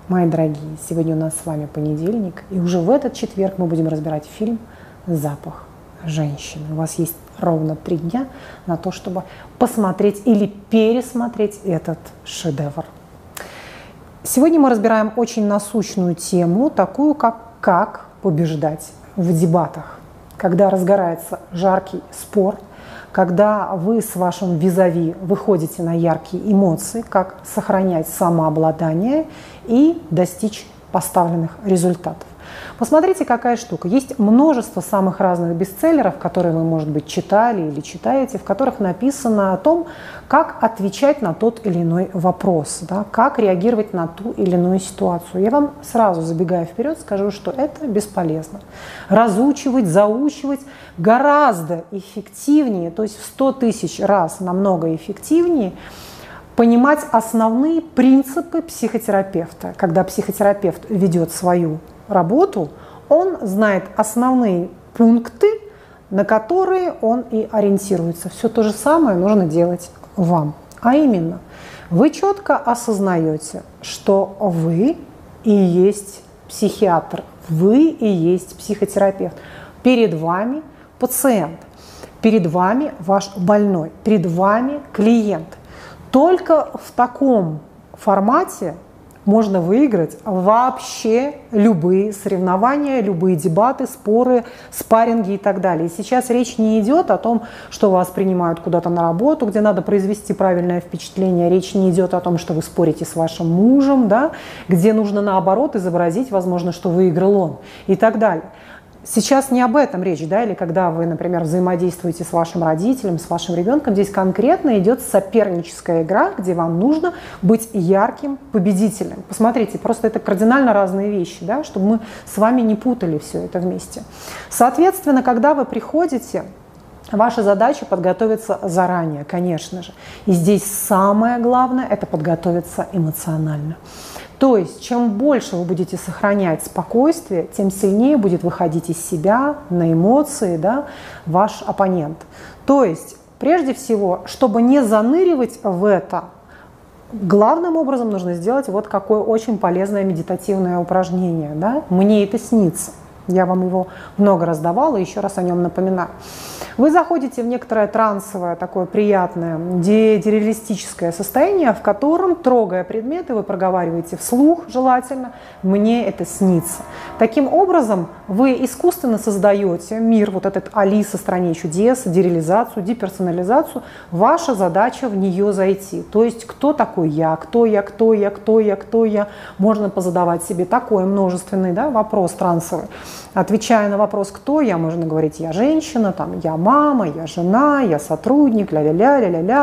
Мои дорогие, сегодня у нас с вами понедельник, и уже в этот четверг мы будем разбирать фильм «Запах женщины». У вас есть ровно 3 дня на то, чтобы посмотреть или пересмотреть этот шедевр. Сегодня мы разбираем очень насущную тему, такую как побеждать в дебатах. Когда разгорается жаркий спор, когда вы с вашим визави выходите на яркие эмоции, как сохранять самообладание и достичь поставленных результатов. Посмотрите, какая штука. Есть множество самых разных бестселлеров, которые вы, может быть, читали или читаете, в которых написано о том, как отвечать на тот или иной вопрос, да, как реагировать на ту или иную ситуацию. Я вам сразу, забегая вперед, скажу, что это бесполезно. Разучивать, заучивать гораздо эффективнее, то есть в 100 тысяч раз намного эффективнее, понимать основные принципы психотерапевта. Когда психотерапевт ведет свою работу, он знает основные пункты, на которые он и ориентируется. Все то же самое нужно делать вам. А именно, вы четко осознаете, что вы и есть психиатр, вы и есть психотерапевт. Перед вами пациент, перед вами ваш больной, перед вами клиент. Только в таком формате можно выиграть вообще любые соревнования, любые дебаты, споры, спарринги и так далее. И сейчас речь не идет о том, что вас принимают куда-то на работу, где надо произвести правильное впечатление. Речь не идет о том, что вы спорите с вашим мужем, да, где нужно наоборот изобразить, возможно, что выиграл он и так далее. Сейчас не об этом речь, да, или когда вы, например, взаимодействуете с вашим родителем, с вашим ребенком, здесь конкретно идет соперническая игра, где вам нужно быть ярким победителем. Посмотрите, просто это кардинально разные вещи, да, чтобы мы с вами не путали все это вместе. Соответственно, когда вы приходите, ваша задача подготовиться заранее, конечно же. И здесь самое главное – это подготовиться эмоционально. То есть, чем больше вы будете сохранять спокойствие, тем сильнее будет выходить из себя на эмоции, да, ваш оппонент. То есть, прежде всего, чтобы не заныривать в это, главным образом нужно сделать вот какое очень полезное медитативное упражнение. Да? Мне это снится. Я вам его много раз давала, еще раз о нем напоминаю. Вы заходите в некоторое трансовое, такое приятное, дереалистическое состояние, в котором, трогая предметы, вы проговариваете вслух, желательно, «мне это снится». Таким образом, вы искусственно создаете мир, вот этот Алиса в стране чудес, дереализацию, деперсонализацию. Ваша задача в нее зайти. То есть, кто такой я, кто я, кто я, кто я, кто я. Можно позадавать себе такой множественный, да, вопрос трансовый. Отвечая на вопрос «кто я?», можно говорить «я женщина», там, «я мама», «я жена», «я сотрудник», ля-ля-ля, ля-ля-ля,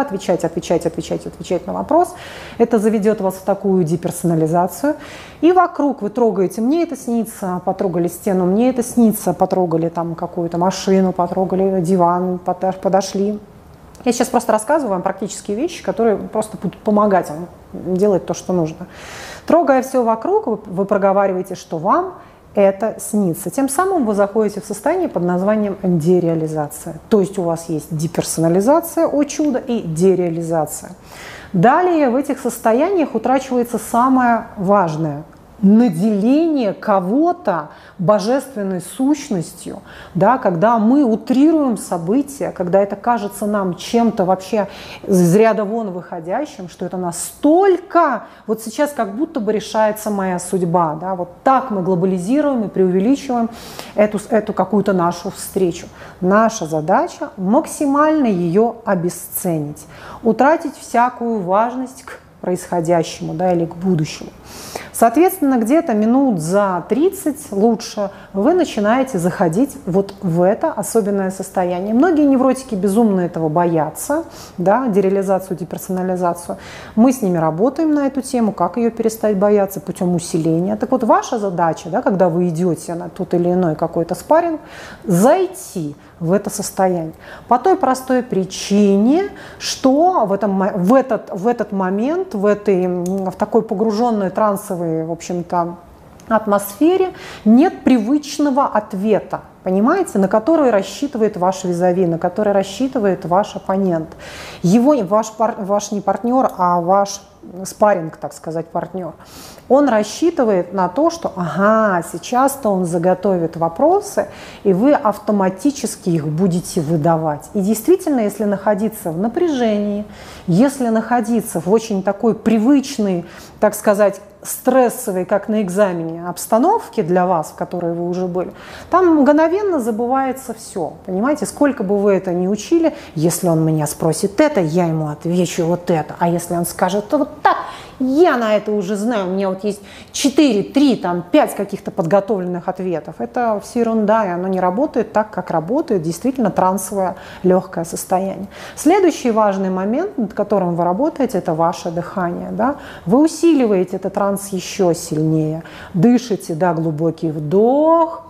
отвечать на вопрос. Это заведет вас в такую деперсонализацию. И вокруг вы трогаете «мне это снится», потрогали стену, «мне это снится», потрогали там какую-то машину, потрогали диван, подошли. Я сейчас просто рассказываю вам практические вещи, которые просто будут помогать вам делать то, что нужно. Трогая все вокруг, вы проговариваете, что вам это снится. Тем самым вы заходите в состояние под названием дереализация. То есть у вас есть деперсонализация, о чудо, и дереализация. Далее в этих состояниях утрачивается самое важное – наделение кого-то божественной сущностью, да, когда мы утрируем события, когда это кажется нам чем-то вообще из ряда вон выходящим, что это настолько, вот сейчас как будто бы решается моя судьба, да, вот так мы глобализируем и преувеличиваем эту какую-то нашу встречу. Наша задача максимально ее обесценить, утратить всякую важность к происходящему, да, или к будущему. Соответственно, где-то минут за 30 лучше вы начинаете заходить вот в это особенное состояние. Многие невротики безумно этого боятся, да, дереализацию, деперсонализацию. Мы с ними работаем на эту тему, как ее перестать бояться путем усиления. Так вот, ваша задача, да, когда вы идете на тот или иной какой-то спарринг, зайти в это состояние. По той простой причине, что в этот момент, в такой погруженной трансовой, в общем-то, атмосфере нет привычного ответа, понимаете, на который рассчитывает ваш визави, на который рассчитывает ваш оппонент. Ваш не партнер, а ваш спарринг, так сказать, партнер, он рассчитывает на то, что ага, сейчас-то он заготовит вопросы, и вы автоматически их будете выдавать. И действительно, если находиться в напряжении, если находиться в очень такой привычной, так сказать, стрессовой, как на экзамене, обстановке для вас, в которой вы уже были, там мгновенно забывается все. Понимаете, сколько бы вы это ни учили, если он меня спросит это, я ему отвечу вот это. А если он скажет вот так, я на это уже знаю, у меня вот есть 4, 3, там, 5 каких-то подготовленных ответов. Это все ерунда, и оно не работает так, как работает действительно трансовое легкое состояние. Следующий важный момент, над которым вы работаете, это ваше дыхание. Да? Вы усиливаете этот транс еще сильнее. Дышите, да, глубокий вдох,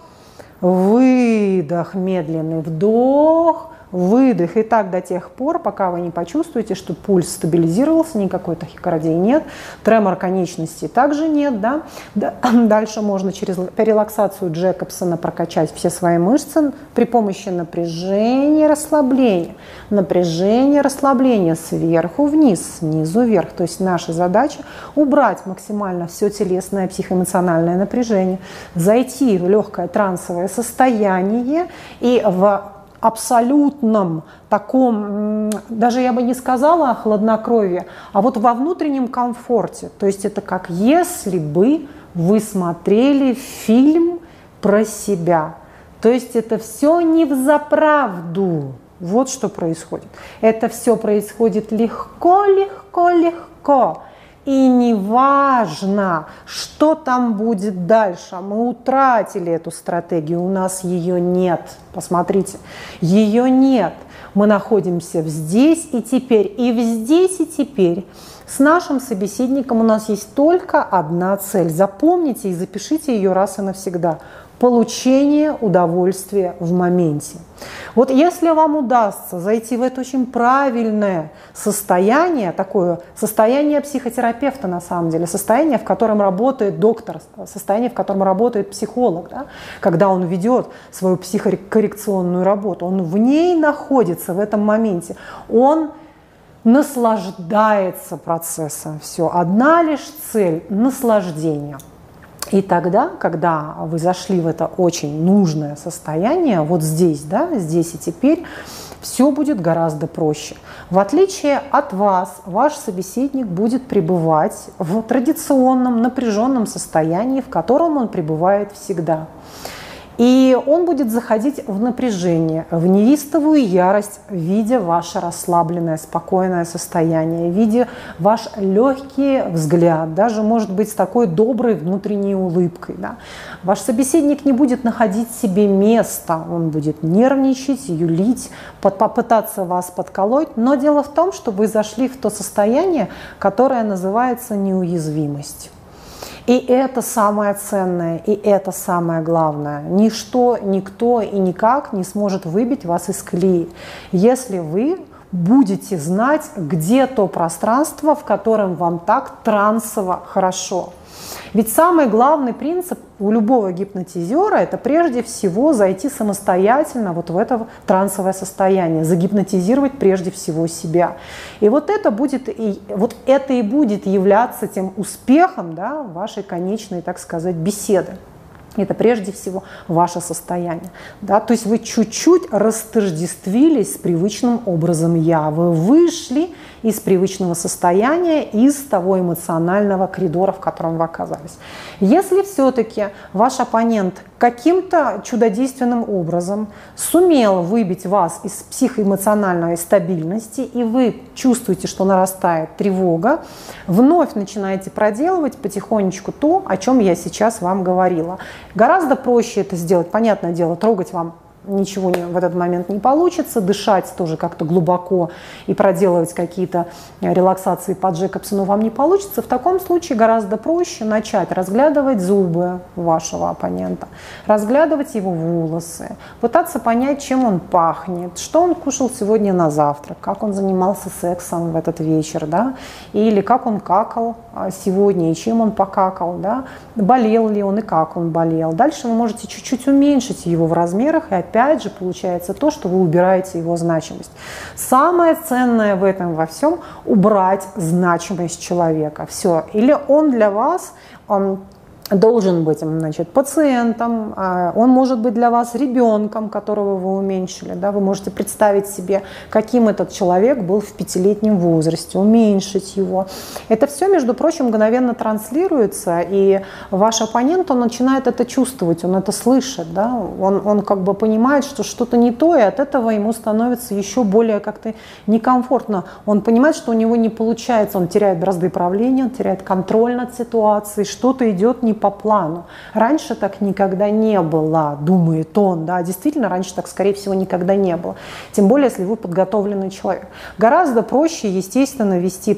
выдох, медленный вдох, выдох. И так до тех пор, пока вы не почувствуете, что пульс стабилизировался, никакой тахикардии нет, тремор конечностей также нет. Да? Дальше можно через релаксацию Джейкобсона прокачать все свои мышцы при помощи напряжения, расслабления. Напряжение, расслабление сверху вниз, снизу вверх. То есть наша задача убрать максимально все телесное, психоэмоциональное напряжение, зайти в легкое трансовое состояние и в абсолютном таком, даже я бы не сказала о хладнокровии, а вот во внутреннем комфорте. То есть это как если бы вы смотрели фильм про себя. То есть это все не взаправду. Вот что происходит. Это все происходит легко, легко, легко. И не важно, что там будет дальше. Мы утратили эту стратегию, у нас ее нет. Посмотрите, ее нет. Мы находимся в здесь и теперь. И в здесь и теперь с нашим собеседником у нас есть только одна цель. Запомните и запишите ее раз и навсегда. Получение удовольствия в моменте. Вот если вам удастся зайти в это очень правильное состояние, такое состояние психотерапевта на самом деле, состояние, в котором работает доктор, состояние, в котором работает психолог, да, когда он ведет свою психокоррекционную работу, он в ней находится в этом моменте, он наслаждается процессом. Все, одна лишь цель – наслаждение. И тогда, когда вы зашли в это очень нужное состояние, вот здесь, да, здесь и теперь, все будет гораздо проще. В отличие от вас, ваш собеседник будет пребывать в традиционном напряженном состоянии, в котором он пребывает всегда. И он будет заходить в напряжение, в неистовую ярость, видя ваше расслабленное, спокойное состояние, видя ваш легкий взгляд, даже, может быть, с такой доброй внутренней улыбкой. Да. Ваш собеседник не будет находить себе места, он будет нервничать, юлить, попытаться вас подколоть. Но дело в том, что вы зашли в то состояние, которое называется неуязвимость. И это самое ценное, и это самое главное. Ничто, никто и никак не сможет выбить вас из колеи, если вы будете знать, где то пространство, в котором вам так трансово хорошо. Ведь самый главный принцип у любого гипнотизера – это прежде всего зайти самостоятельно вот в это трансовое состояние, загипнотизировать прежде всего себя. И вот это и будет являться тем успехом, да, вашей конечной, так сказать, беседы. Это прежде всего ваше состояние. Да? То есть вы чуть-чуть растождествились с привычным образом «я». Вы вышли из привычного состояния, из того эмоционального коридора, в котором вы оказались. Если все-таки ваш оппонент каким-то чудодейственным образом сумел выбить вас из психоэмоциональной стабильности, и вы чувствуете, что нарастает тревога, вновь начинаете проделывать потихонечку то, о чем я сейчас вам говорила. Гораздо проще это сделать, понятное дело, трогать вам ничего в этот момент не получится, дышать тоже как-то глубоко и проделывать какие-то релаксации по Джейкобсону вам не получится. В таком случае гораздо проще начать разглядывать зубы вашего оппонента, разглядывать его волосы, пытаться понять, чем он пахнет, что он кушал сегодня на завтрак, как он занимался сексом в этот вечер, да, или как он какал сегодня и чем он покакал, да, болел ли он и как он болел. Дальше вы можете чуть-чуть уменьшить его в размерах и опять же получается то, что вы убираете его значимость. Самое ценное в этом во всем – убрать значимость человека. Все. Или он для вас должен быть, значит, пациентом, он может быть для вас ребенком, которого вы уменьшили. Да? Вы можете представить себе, каким этот человек был в 5-летнем возрасте, уменьшить его. Это все, между прочим, мгновенно транслируется, и ваш оппонент, он начинает это чувствовать, он это слышит. Да? Он как бы понимает, что что-то не то, и от этого ему становится еще более как-то некомфортно. Он понимает, что у него не получается, он теряет бразды правления, он теряет контроль над ситуацией, что-то идет не по плану. Раньше так никогда не было, думает он, да, действительно, раньше так, скорее всего, никогда не было. Тем более, если вы подготовленный человек. Гораздо проще, естественно, вести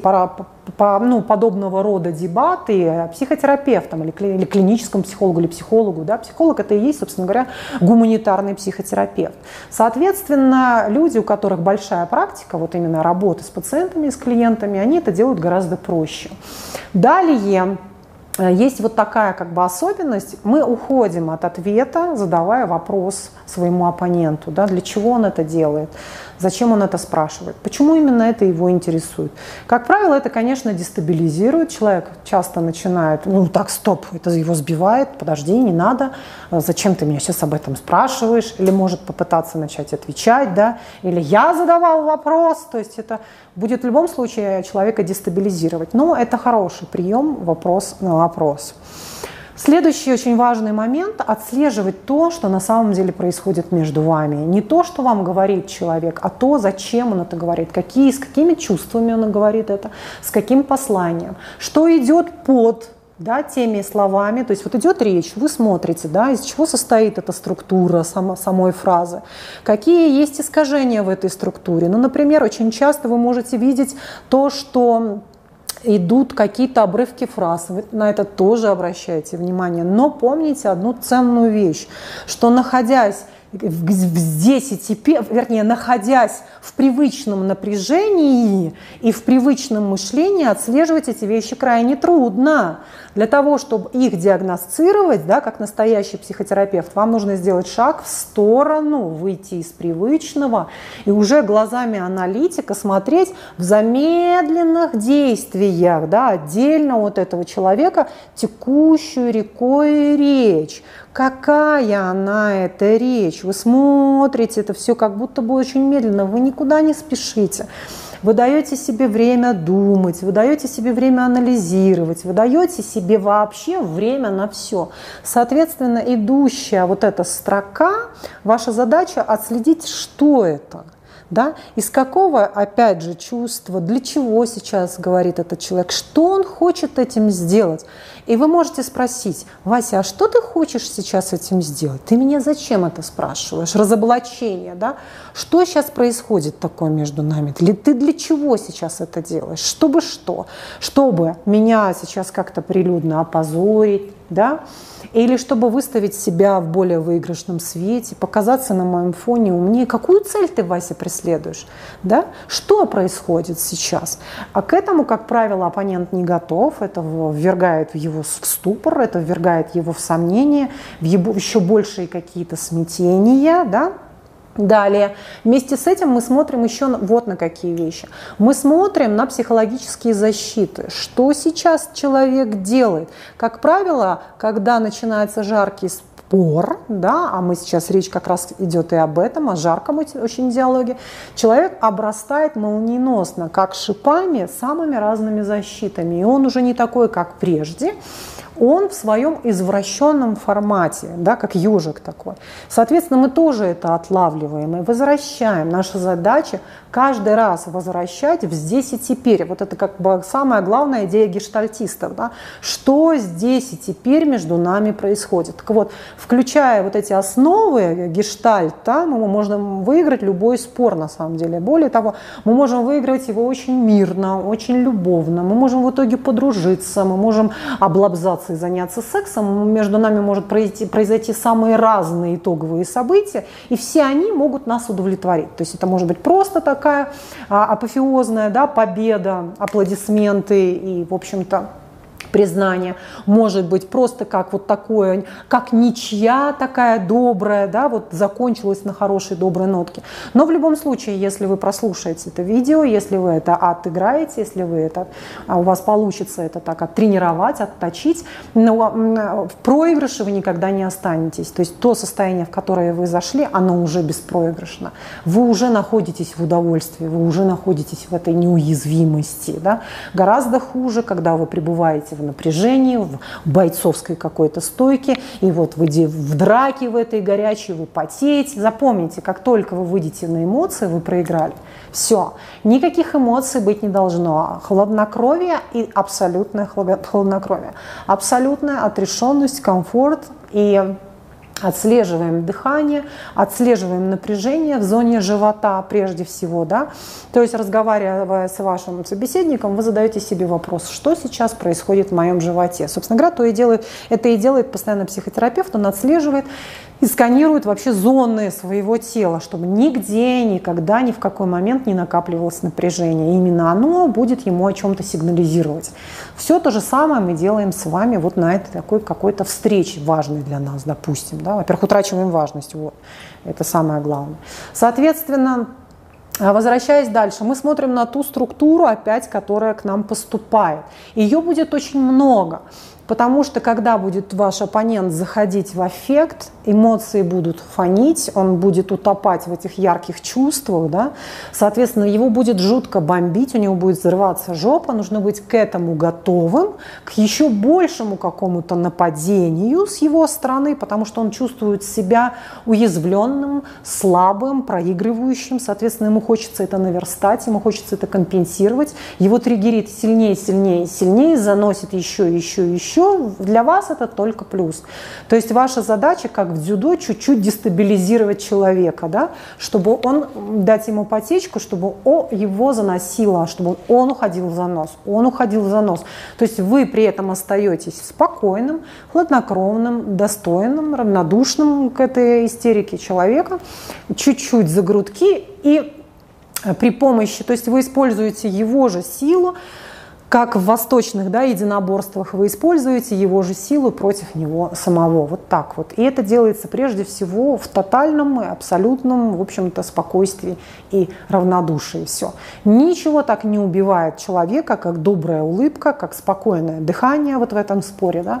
подобного рода дебаты психотерапевтам или клиническому психологу, или психологу. Да? Психолог – это и есть, собственно говоря, гуманитарный психотерапевт. Соответственно, люди, у которых большая практика, вот именно работы с пациентами, с клиентами, они это делают гораздо проще. Далее, есть вот такая как бы особенность, мы уходим от ответа, задавая вопрос своему оппоненту, да, для чего он это делает, зачем он это спрашивает, почему именно это его интересует. Как правило, это, конечно, дестабилизирует, человек часто начинает, так, стоп, это его сбивает, подожди, не надо, зачем ты меня сейчас об этом спрашиваешь, или может попытаться начать отвечать, да, или я задавал вопрос, то есть это будет в любом случае человека дестабилизировать. Но это хороший прием, вопрос на вопрос. Следующий очень важный момент – отслеживать то, что на самом деле происходит между вами. Не то, что вам говорит человек, а то, зачем он это говорит, с какими чувствами он говорит это, с каким посланием, что идет под теми словами. То есть вот идет речь, вы смотрите, из чего состоит эта структура самой фразы, какие есть искажения в этой структуре. Например, очень часто вы можете видеть то, что идут какие-то обрывки фраз, вы на это тоже обращайте внимание. Но помните одну ценную вещь, что находясь здесь и теперь, вернее, находясь в привычном напряжении и в привычном мышлении, отслеживать эти вещи крайне трудно. Для того, чтобы их диагностировать, как настоящий психотерапевт, вам нужно сделать шаг в сторону, выйти из привычного и уже глазами аналитика смотреть в замедленных действиях, отдельно от этого человека текущую рекой речь. Какая она, эта речь? Вы смотрите это все как будто бы очень медленно, вы никуда не спешите. Вы даете себе время думать, вы даете себе время анализировать, вы даете себе вообще время на все. Соответственно, идущая вот эта строка, ваша задача отследить, что это. Из какого, опять же, чувства, для чего сейчас говорит этот человек, что он хочет этим сделать. И вы можете спросить: Вася, а что ты хочешь сейчас этим сделать? Ты меня зачем это спрашиваешь? Разоблачение, Что сейчас происходит такое между нами? Ты для чего сейчас это делаешь? Чтобы что? Чтобы меня сейчас как-то прилюдно опозорить, Или чтобы выставить себя в более выигрышном свете, показаться на моем фоне умнее. Какую цель ты, Вася, преследуешь? Что происходит сейчас? А к этому, как правило, оппонент не готов. Это ввергает его в ступор, это ввергает его в сомнение, в еще большие какие-то смятения, Далее, вместе с этим мы смотрим еще вот на какие вещи. Мы смотрим на психологические защиты. Что сейчас человек делает? Как правило, когда начинается жаркий спор, а мы сейчас речь как раз идет и об этом, о жарком очень диалоге, человек обрастает молниеносно, как шипами, самыми разными защитами. И он уже не такой, как прежде. Он в своем извращенном формате, как ежик такой. Соответственно, мы тоже это отлавливаем и возвращаем. Наша задача каждый раз возвращать в здесь и теперь. Вот это как бы самая главная идея гештальтистов. Что здесь и теперь между нами происходит. Так вот, включая вот эти основы гештальта, мы можем выиграть любой спор на самом деле. Более того, мы можем выиграть его очень мирно, очень любовно. Мы можем в итоге подружиться, мы можем облобзаться и заняться сексом, между нами может произойти самые разные итоговые события, и все они могут нас удовлетворить. То есть это может быть просто такая апофеозная победа, аплодисменты и, в общем-то, признание, может быть просто как вот такое, как ничья такая добрая, да, вот закончилась на хорошей доброй нотке. Но в любом случае, если вы прослушаете это видео, если вы это отыграете, если вы это, у вас получится это так оттренировать, отточить, но в проигрыше вы никогда не останетесь. То есть то состояние, в которое вы зашли, оно уже беспроигрышно. Вы уже находитесь в удовольствии, вы уже находитесь в этой неуязвимости. Да? Гораздо хуже, когда вы пребываете в напряжении, в бойцовской какой-то стойке, и вот вы в драке в этой горячей, вы потеете. Запомните, как только вы выйдете на эмоции, вы проиграли. Все. Никаких эмоций быть не должно. Хладнокровие и абсолютное хладнокровие. Абсолютная отрешенность, комфорт и отслеживаем дыхание, отслеживаем напряжение в зоне живота прежде всего. Да? То есть, разговаривая с вашим собеседником, вы задаете себе вопрос, что сейчас происходит в моем животе. Собственно говоря, это и делает постоянно психотерапевт, он отслеживает и сканирует вообще зоны своего тела, чтобы нигде, никогда, ни в какой момент не накапливалось напряжение. И именно оно будет ему о чем-то сигнализировать. Все то же самое мы делаем с вами вот на этой такой какой-то встрече важной для нас, допустим. Да? Во-первых, утрачиваем важность. Вот. Это самое главное. Соответственно, возвращаясь дальше, мы смотрим на ту структуру, опять, которая к нам поступает. Ее будет очень много. Потому что, когда будет ваш оппонент заходить в аффект, эмоции будут фонить, он будет утопать в этих ярких чувствах, да? Соответственно, его будет жутко бомбить, у него будет взрываться жопа, нужно быть к этому готовым, к еще большему какому-то нападению с его стороны, потому что он чувствует себя уязвленным, слабым, проигрывающим, соответственно, ему хочется это наверстать, ему хочется это компенсировать, его триггерит сильнее, сильнее, сильнее, заносит еще. Для вас это только плюс. То есть ваша задача, как в дзюдо, чуть-чуть дестабилизировать человека, да? Чтобы он, дать ему потечку, чтобы его заносило, чтобы он уходил в занос. То есть вы при этом остаетесь спокойным, хладнокровным, достойным, равнодушным к этой истерике человека, чуть-чуть за грудки и при помощи, то есть вы используете его же силу, как в восточных, да, единоборствах, вы используете его же силу против него самого. Вот так вот. И это делается прежде всего в тотальном и абсолютном, в общем-то, спокойствии и равнодушии. Все. Ничего так не убивает человека, как добрая улыбка, как спокойное дыхание вот в этом споре. Да?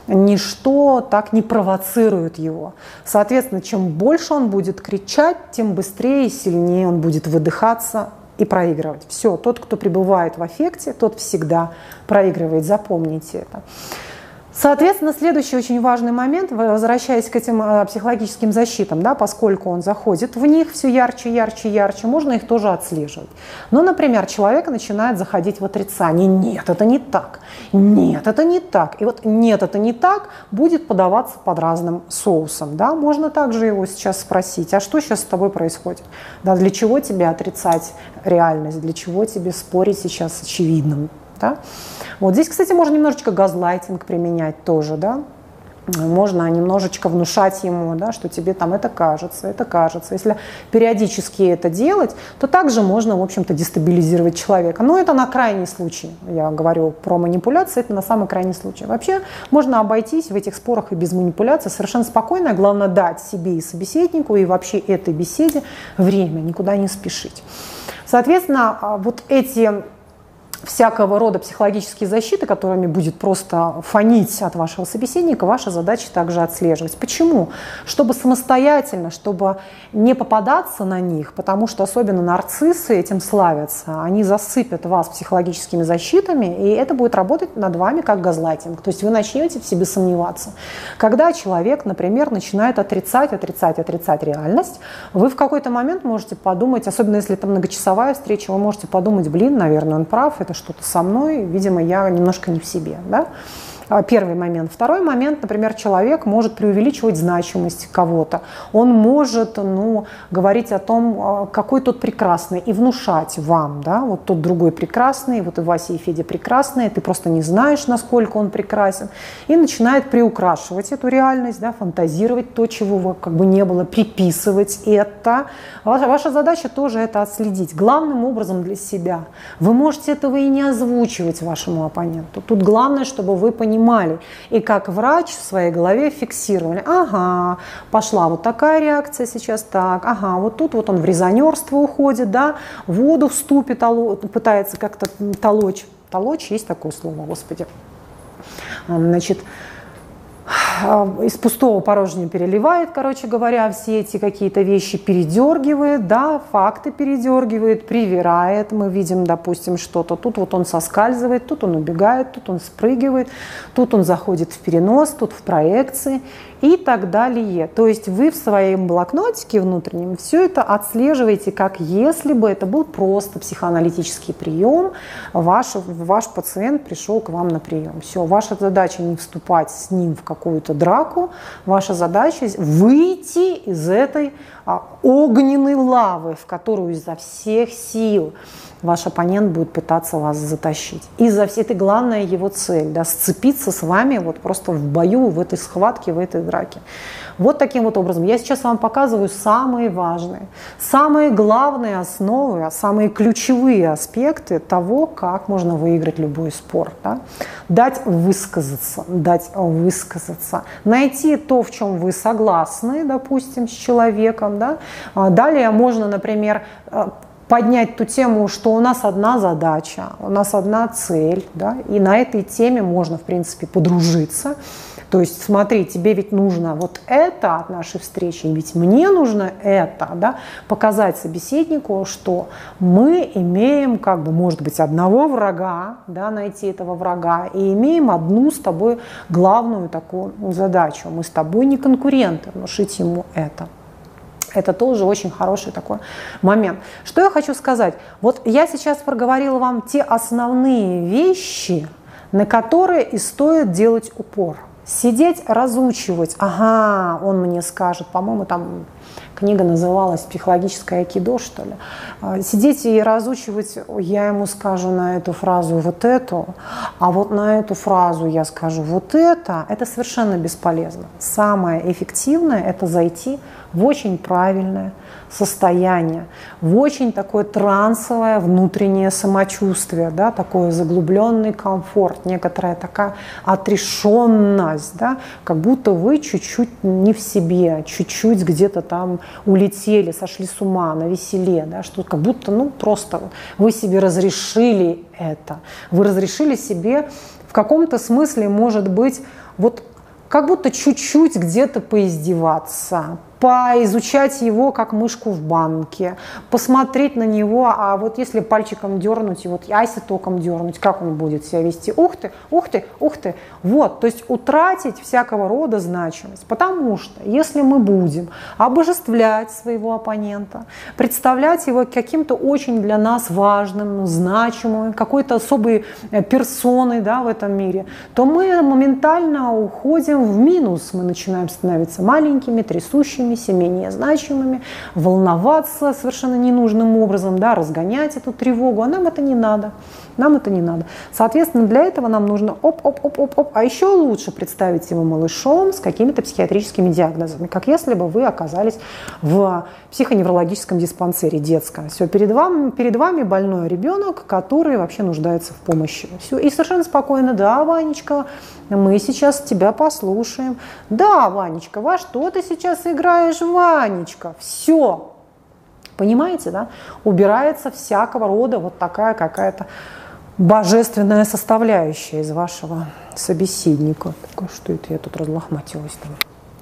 Ничто так не провоцирует его. Соответственно, чем больше он будет кричать, тем быстрее и сильнее он будет выдыхаться и проигрывать. Все, тот, кто пребывает в аффекте, тот всегда проигрывает, запомните это. Соответственно, следующий очень важный момент, возвращаясь к этим психологическим защитам, да, поскольку он заходит в них все ярче, можно их тоже отслеживать. Ну, например, человек начинает заходить в отрицание. Нет, это не так. Нет, это не так. И вот нет, это не так будет подаваться под разным соусом. Да? Можно также его сейчас спросить, а что сейчас с тобой происходит? Да, для чего тебе отрицать реальность? Для чего тебе спорить сейчас с очевидным? Да? Вот здесь, кстати, можно немножечко газлайтинг применять тоже, да? Можно немножечко внушать ему, да, что тебе там это кажется, это кажется. Если периодически это делать, то также можно, в общем-то, дестабилизировать человека. Но это на крайний случай. Я говорю про манипуляции, это на самый крайний случай. Вообще можно обойтись в этих спорах и без манипуляций совершенно спокойно. Главное дать себе и собеседнику, и вообще этой беседе время, никуда не спешить. Соответственно, вот эти всякого рода психологические защиты, которыми будет просто фонить от вашего собеседника, ваша задача также отслеживать. Почему? Чтобы самостоятельно, чтобы не попадаться на них, потому что особенно нарциссы этим славятся, они засыпят вас психологическими защитами, и это будет работать над вами как газлайтинг. То есть вы начнете в себе сомневаться. Когда человек, например, начинает отрицать реальность, вы в какой-то момент можете подумать, особенно если это многочасовая встреча, вы можете подумать, блин, наверное, он прав, это что-то со мной, видимо, я немножко не в себе. Да? Первый момент. Второй момент, например, человек может преувеличивать значимость кого-то. Он может, говорить о том, какой тот прекрасный, и внушать вам, да, вот тот другой прекрасный, вот и Вася, и Федя прекрасные, ты просто не знаешь, насколько он прекрасен, и начинает приукрашивать эту реальность, да, фантазировать то, чего как бы не было, приписывать это. Ваша задача тоже это отследить. Главным образом для себя. Вы можете этого и не озвучивать вашему оппоненту. Тут главное, чтобы вы понимали и как врач в своей голове фиксировали. Ага, пошла вот такая реакция сейчас, так, ага, вот тут вот он в резонерство уходит, да, воду в ступе пытается как-то толочь. Толочь, есть такое слово, господи. Значит, из пустого порожнее переливает, короче говоря, все эти какие-то вещи передергивает, да, факты передергивает, привирает. Мы видим, допустим, что-то. Тут вот он соскальзывает, тут он убегает, тут он спрыгивает, тут он заходит в перенос, тут в проекции и так далее. То есть вы в своем блокнотике внутреннем все это отслеживаете, как если бы это был просто психоаналитический прием. Ваш пациент пришел к вам на прием. Все, ваша задача не вступать с ним в какую-то драку, ваша задача выйти из этой огненной лавы, в которую изо всех сил ваш оппонент будет пытаться вас затащить. Это главная его цель, да, сцепиться с вами вот просто в бою, в этой схватке, в этой драке. Вот таким вот образом. Я сейчас вам показываю самые важные, самые главные основы, самые ключевые аспекты того, как можно выиграть любой спор. Да? Дать высказаться, найти то, в чем вы согласны, допустим, с человеком. Да? Далее можно, например, поднять ту тему, что у нас одна задача, у нас одна цель, да, и на этой теме можно, в принципе, подружиться. То есть, смотри, тебе ведь нужно вот это от нашей встречи, и ведь мне нужно это, да, показать собеседнику, что мы имеем, как бы, может быть, одного врага, да, найти этого врага, и имеем одну с тобой главную такую задачу. Мы с тобой не конкуренты, внушить ему это. Это тоже очень хороший такой момент. Что я хочу сказать? Вот я сейчас проговорила вам те основные вещи, на которые и стоит делать упор. Сидеть, разучивать. Ага, он мне скажет, по-моему, там книга называлась «Психологическое айкидо», что ли. Сидеть и разучивать, я ему скажу на эту фразу вот эту, а вот на эту фразу я скажу вот это совершенно бесполезно. Самое эффективное – это зайти в очень правильное состояние, в очень такое трансовое внутреннее самочувствие, да, такой заглубленный комфорт, некоторая такая отрешенность, да, как будто вы чуть-чуть не в себе, чуть-чуть где-то там улетели, сошли с ума, навеселе, да, что как будто, просто вы себе разрешили это, вы разрешили себе в каком-то смысле, может быть, вот как будто чуть-чуть где-то поиздеваться, поизучать его как мышку в банке, посмотреть на него, а вот если пальчиком дернуть, и вот айси током дернуть, как он будет себя вести? Ух ты, ух ты, ух ты. Вот, то есть утратить всякого рода значимость. Потому что если мы будем обожествлять своего оппонента, представлять его каким-то очень для нас важным, значимым, какой-то особой персоной, да, в этом мире, то мы моментально уходим в минус. Мы начинаем становиться маленькими, трясущими, менее значимыми, волноваться совершенно ненужным образом, да, разгонять эту тревогу, а нам это не надо. Нам это не надо. Соответственно, для этого нам нужно оп-оп-оп-оп-оп, а еще лучше представить его малышом с какими-то психиатрическими диагнозами, как если бы вы оказались в психоневрологическом диспансере детском. Все, перед вами больной ребенок, который вообще нуждается в помощи. Все, и совершенно спокойно, да, Ванечка, мы сейчас тебя послушаем. Да, Ванечка, во что ты сейчас играешь, Ванечка? Все. Понимаете, да? Убирается всякого рода вот такая какая-то божественная составляющая из вашего собеседника. Что это я тут разлохматилась там?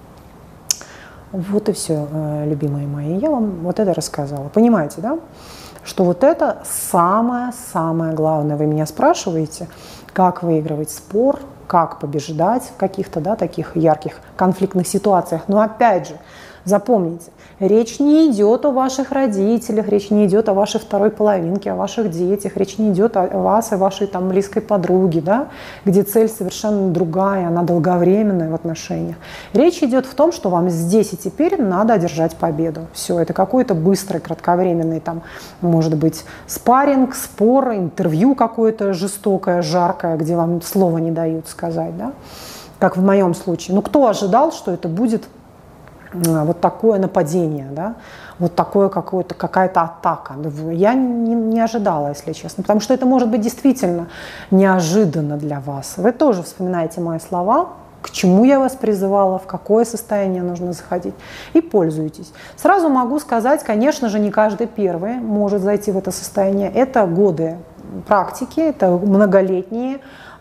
Вот и все, любимые мои. Я вам вот это рассказала. Понимаете, да? Что вот это самое-самое главное. Вы меня спрашиваете, как выигрывать спор, как побеждать в каких-то, да, таких ярких конфликтных ситуациях. Но опять же, Запомните, речь не идет о ваших родителях, речь не идет о вашей второй половинке, о ваших детях, речь не идет о вас и вашей там близкой подруге, да, где цель совершенно другая, она долговременная в отношениях. Речь идет в том, что вам здесь и теперь надо одержать победу. Все, это какой-то быстрый, кратковременный, там, может быть, спарринг, спор, интервью какое-то жестокое, жаркое, где вам слова не дают сказать, да, как в моем случае. Ну, кто ожидал, что это будет вот такое нападение, да? Вот такое какая-то атака. Я не ожидала, если честно, потому что это может быть действительно неожиданно для вас. Вы тоже вспоминаете мои слова, к чему я вас призывала, в какое состояние нужно заходить, и пользуйтесь. Сразу могу сказать, конечно же, не каждый первый может зайти в это состояние. Это годы практики, это многолетняя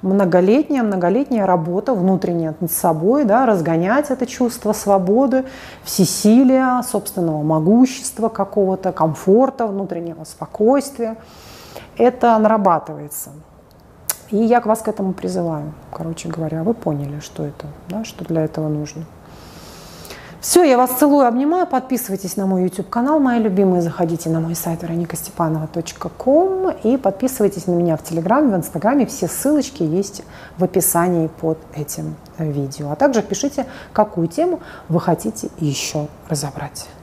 работа внутренняя над собой, да, разгонять это чувство свободы, всесилия, собственного могущества какого-то, комфорта, внутреннего спокойствия. Это нарабатывается. И я вас к этому призываю. Короче говоря, вы поняли, что это, да, что для этого нужно. Все, я вас целую, обнимаю. Подписывайтесь на мой YouTube-канал, мои любимые. Заходите на мой сайт veronikastепанова.com и подписывайтесь на меня в Телеграме, в Инстаграме. Все ссылочки есть в описании под этим видео. А также пишите, какую тему вы хотите еще разобрать.